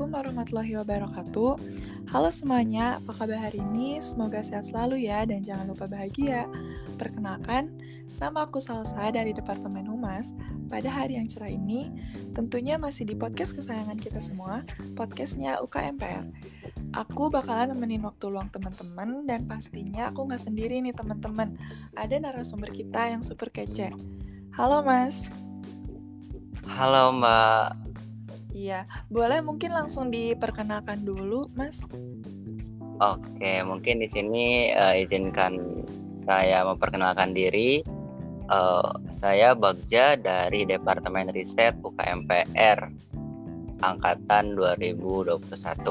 Assalamualaikum warahmatullahi wabarakatuh. Halo semuanya, apa kabar hari ini? Semoga sehat selalu ya dan jangan lupa bahagia. Perkenalkan, nama aku Salsa dari Departemen Humas. Pada hari yang cerah ini, tentunya masih di podcast kesayangan kita semua, podcastnya UKMPR. Aku bakalan nemenin waktu luang teman-teman dan pastinya aku nggak sendiri nih teman-teman. Ada narasumber kita yang super kece. Halo Mas. Halo Mbak. Iya, boleh mungkin langsung diperkenalkan dulu, Mas? Oke, mungkin di sini izinkan saya memperkenalkan diri. Saya Bagja dari Departemen Riset UKMPR angkatan 2021.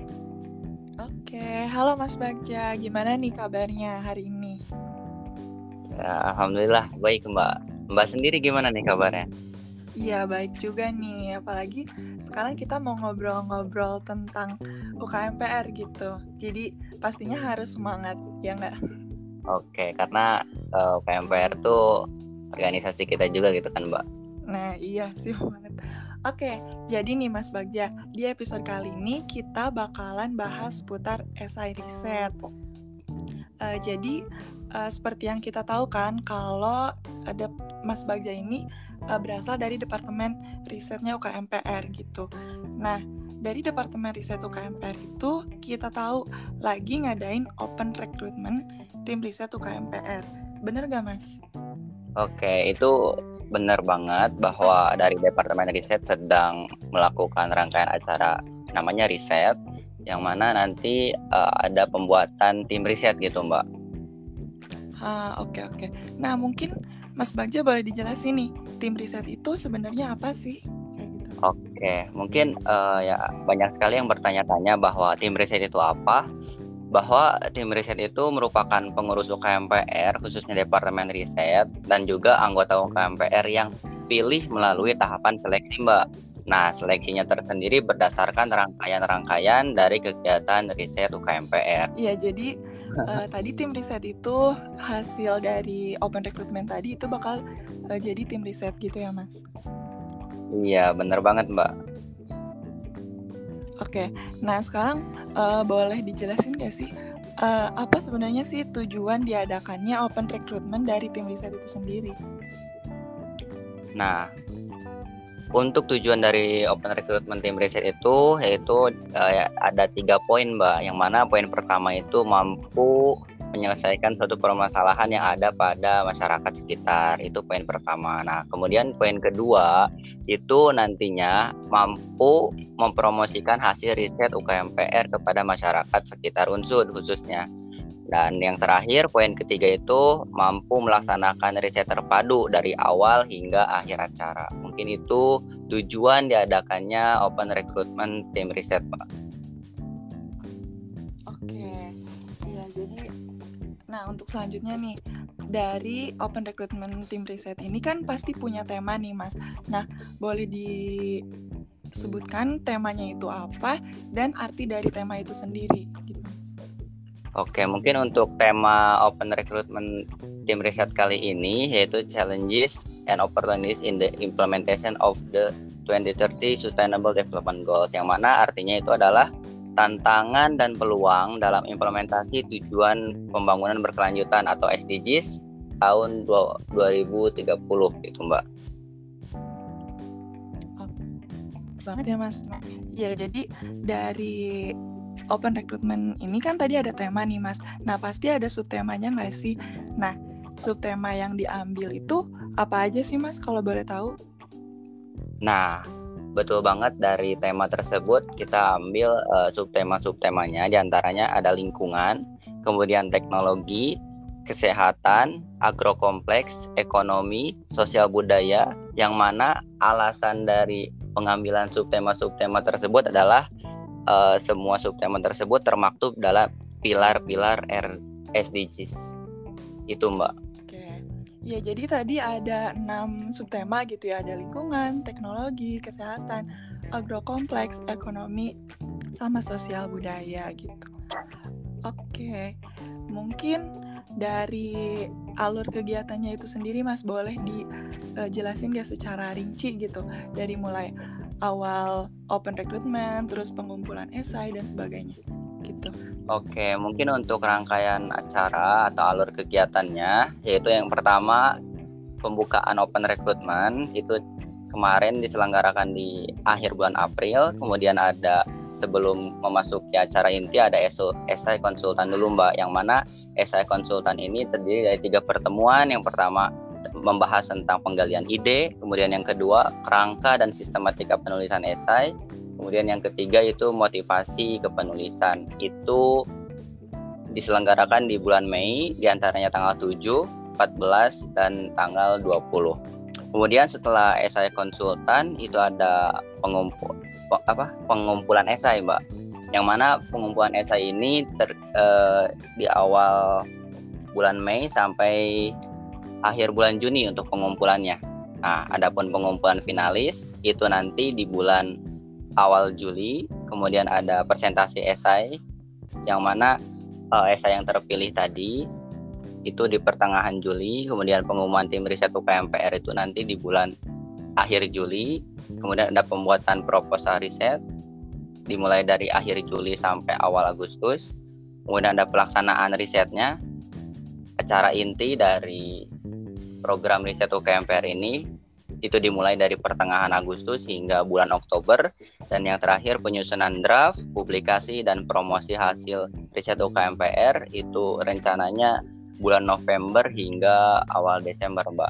Oke, halo Mas Bagja, gimana nih kabarnya hari ini? Ya, alhamdulillah baik Mbak. Mbak sendiri gimana nih kabarnya? Iya, baik juga nih, apalagi sekarang kita mau ngobrol-ngobrol tentang UKMPR gitu. Jadi pastinya harus semangat, ya nggak? Oke, karena UKMPR tuh organisasi kita juga gitu kan Mbak. Nah, iya sih banget. Oke, jadi nih Mas Bagja, di episode kali ini kita bakalan bahas seputar esai riset. Jadi seperti yang kita tahu kan, kalau ada Mas Bagja ini berasal dari Departemen Risetnya UKMPR gitu. Nah, dari Departemen Riset UKMPR itu kita tahu lagi ngadain open recruitment tim riset UKMPR. Bener gak Mas? Oke, itu benar banget bahwa dari Departemen Riset sedang melakukan rangkaian acara namanya riset, yang mana nanti ada pembuatan tim riset gitu Mbak. Oke. Nah, mungkin Mas Bagja boleh dijelasin nih, tim riset itu sebenarnya apa sih? Kayak gitu. Oke, mungkin ya banyak sekali yang bertanya-tanya bahwa tim riset itu apa. Bahwa tim riset itu merupakan pengurus UKMPR, khususnya Departemen Riset, dan juga anggota UKMPR yang pilih melalui tahapan seleksi, Mbak. Nah, seleksinya tersendiri berdasarkan rangkaian-rangkaian dari kegiatan riset UKMPR. Iya, jadi tadi tim riset itu hasil dari open recruitment tadi itu bakal jadi tim riset gitu ya, Mas? Iya, bener banget, Mbak. Oke, nah sekarang boleh dijelasin nggak sih apa sebenarnya sih tujuan diadakannya open recruitment dari tim riset itu sendiri? Nah, untuk tujuan dari open recruitment tim riset itu yaitu ada 3 poin, Mbak. Yang mana poin pertama itu mampu menyelesaikan suatu permasalahan yang ada pada masyarakat sekitar. Itu poin pertama. Nah, kemudian poin kedua itu nantinya mampu mempromosikan hasil riset UKMPR kepada masyarakat sekitar Unsud khususnya. Dan yang terakhir, poin ketiga itu mampu melaksanakan riset terpadu dari awal hingga akhir acara. Mungkin itu tujuan diadakannya open recruitment tim riset, Pak. Oke, ya jadi, nah untuk selanjutnya nih, dari open recruitment tim riset ini kan pasti punya tema nih Mas. Nah, boleh disebutkan temanya itu apa dan arti dari tema itu sendiri gitu Mas. Oke, mungkin untuk tema open recruitment tim riset kali ini yaitu Challenges and Opportunities in the Implementation of the 2030 Sustainable Development Goals, yang mana artinya itu adalah tantangan dan peluang dalam implementasi tujuan pembangunan berkelanjutan atau SDGs tahun 2030 gitu Mbak. Banget ya Mas. Ya jadi dari open recruitment ini kan tadi ada tema nih Mas. Nah pasti ada subtemanya nggak sih? Nah subtema yang diambil itu apa aja sih Mas kalau boleh tahu? Nah, betul banget, dari tema tersebut kita ambil subtema-subtemanya, diantaranya ada lingkungan, kemudian teknologi, kesehatan, agrokompleks, ekonomi, sosial budaya, yang mana alasan dari pengambilan subtema-subtema tersebut adalah semua subtema tersebut termaktub dalam pilar-pilar SDGs. Itu Mbak. Oke. Ya jadi tadi ada 6 subtema gitu ya, ada lingkungan, teknologi, kesehatan, agrokompleks, ekonomi, sama sosial budaya gitu. Oke, mungkin dari alur kegiatannya itu sendiri Mas boleh dijelasin gak secara rinci gitu, dari mulai awal open recruitment, terus pengumpulan esai dan sebagainya gitu. Oke, mungkin untuk rangkaian acara atau alur kegiatannya, yaitu yang pertama pembukaan open recruitment itu kemarin diselenggarakan di akhir bulan April, kemudian ada sebelum memasuki acara inti ada esai konsultan dulu Mbak, yang mana esai konsultan ini terdiri dari 3 pertemuan. Yang pertama membahas tentang penggalian ide, kemudian yang kedua kerangka dan sistematika penulisan esai, kemudian yang ketiga itu motivasi kepenulisan. Itu diselenggarakan di bulan Mei, diantaranya tanggal 7, 14, dan tanggal 20. Kemudian setelah esai konsultan itu ada pengumpulan esai Mbak, yang mana pengumpulan esai ini di awal bulan Mei sampai akhir bulan Juni untuk pengumpulannya. Nah, adapun pengumpulan finalis itu nanti di bulan awal Juli. Kemudian ada presentasi esai, yang mana esai yang terpilih tadi itu di pertengahan Juli. Kemudian pengumuman tim riset UKMPR itu nanti di bulan akhir Juli. Kemudian ada pembuatan proposal riset dimulai dari akhir Juli sampai awal Agustus. Kemudian ada pelaksanaan risetnya. Acara inti dari program riset UKMPR ini itu dimulai dari pertengahan Agustus hingga bulan Oktober. Dan yang terakhir penyusunan draft, publikasi, dan promosi hasil riset UKMPR itu rencananya bulan November hingga awal Desember Mbak.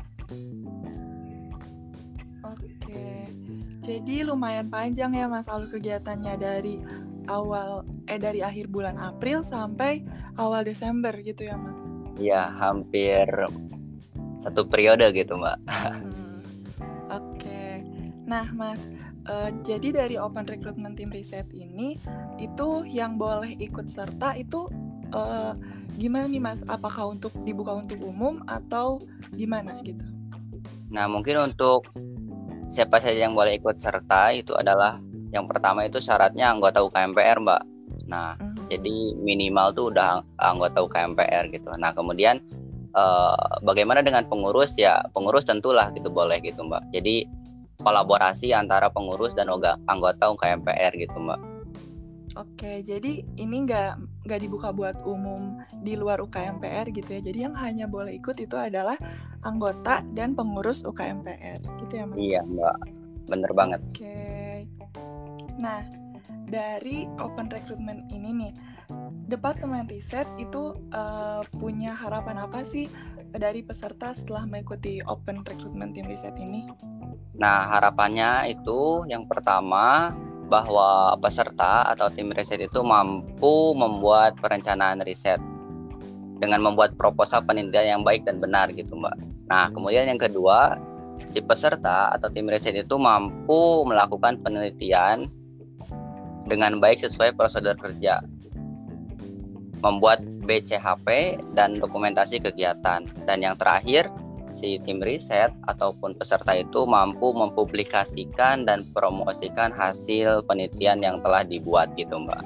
Oke, jadi lumayan panjang ya Mas alur kegiatannya dari akhir bulan April sampai awal Desember gitu ya Mas? Iya, hampir 1 periode gitu Mbak. Oke, nah Mas, jadi dari open recruitment tim riset ini itu yang boleh ikut serta itu gimana nih Mas? Apakah dibuka untuk umum atau gimana gitu? Nah, mungkin untuk siapa saja yang boleh ikut serta itu adalah yang pertama itu syaratnya anggota UKMPR Mbak. Nah, jadi minimal tuh udah anggota UKMPR gitu. Nah, kemudian bagaimana dengan pengurus? Ya, pengurus tentulah gitu boleh gitu Mbak. Jadi kolaborasi antara pengurus dan anggota UKMPR gitu Mbak. Oke, jadi ini nggak dibuka buat umum di luar UKMPR gitu ya. Jadi yang hanya boleh ikut itu adalah anggota dan pengurus UKMPR gitu ya Mas? Iya Mbak, bener banget. Oke, nah dari open recruitment ini nih, Departemen Riset itu punya harapan apa sih dari peserta setelah mengikuti open recruitment tim riset ini? Nah, harapannya itu yang pertama bahwa peserta atau tim riset itu mampu membuat perencanaan riset dengan membuat proposal penelitian yang baik dan benar gitu Mbak. Nah, kemudian yang kedua, si peserta atau tim riset itu mampu melakukan penelitian dengan baik sesuai prosedur kerja, membuat BCHP dan dokumentasi kegiatan. Dan yang terakhir, si tim riset ataupun peserta itu mampu mempublikasikan dan promosikan hasil penelitian yang telah dibuat gitu Mbak.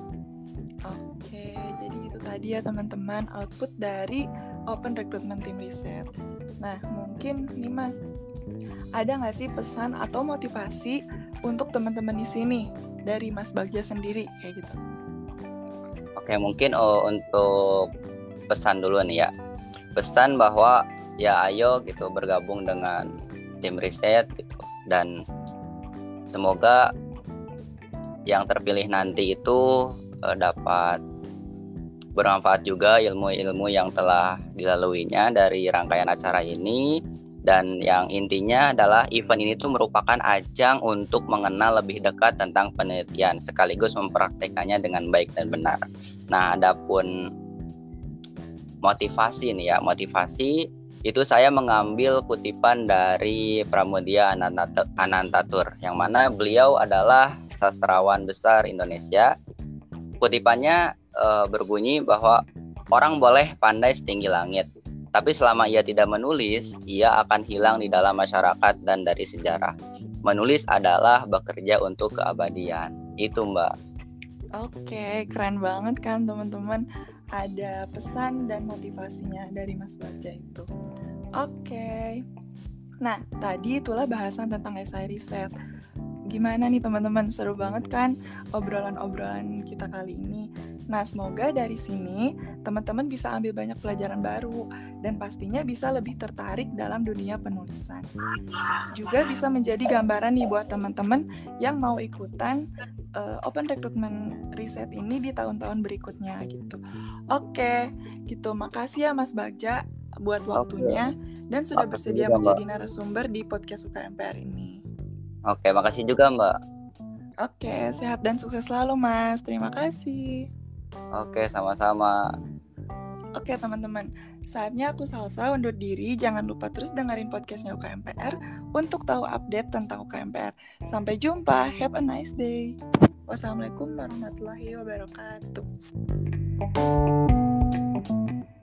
Oke, jadi itu tadi ya teman-teman output dari open recruitment tim riset. Nah, mungkin nih Mas, ada nggak sih pesan atau motivasi untuk teman-teman di sini dari Mas Bagja sendiri kayak gitu? Oke, mungkin untuk pesan dulu nih ya. Pesan bahwa ya ayo gitu bergabung dengan tim riset gitu, dan semoga yang terpilih nanti itu dapat bermanfaat juga ilmu-ilmu yang telah dilaluinya dari rangkaian acara ini. Dan yang intinya adalah event ini tuh merupakan ajang untuk mengenal lebih dekat tentang penelitian sekaligus mempraktekannya dengan baik dan benar. Nah, adapun motivasi nih ya, motivasi itu saya mengambil kutipan dari Pramudia Anantatur, yang mana beliau adalah sastrawan besar Indonesia. Kutipannya berbunyi bahwa orang boleh pandai setinggi langit, tapi selama ia tidak menulis, ia akan hilang di dalam masyarakat dan dari sejarah. Menulis adalah bekerja untuk keabadian. Itu Mbak. Oke, keren banget kan teman-teman. Ada pesan dan motivasinya dari Mas Bagja itu. Oke. Nah, tadi itulah bahasan tentang esai riset. Gimana nih teman-teman, seru banget kan obrolan-obrolan kita kali ini. Nah, semoga dari sini teman-teman bisa ambil banyak pelajaran baru dan pastinya bisa lebih tertarik dalam dunia penulisan. Juga bisa menjadi gambaran nih buat teman-teman yang mau ikutan Open Recruitment Reset ini di tahun-tahun berikutnya gitu. Oke, gitu. Makasih ya Mas Bagja buat waktunya dan sudah Makasih bersedia juga, menjadi narasumber di podcast UKMPR ini. Oke, makasih juga Mbak. Oke, sehat dan sukses selalu Mas. Terima kasih. Oke, sama-sama. Oke teman-teman, saatnya aku Salsa undur diri. Jangan lupa terus dengerin podcastnya UKMPR untuk tahu update tentang UKMPR. Sampai jumpa, have a nice day. Wassalamualaikum warahmatullahi wabarakatuh.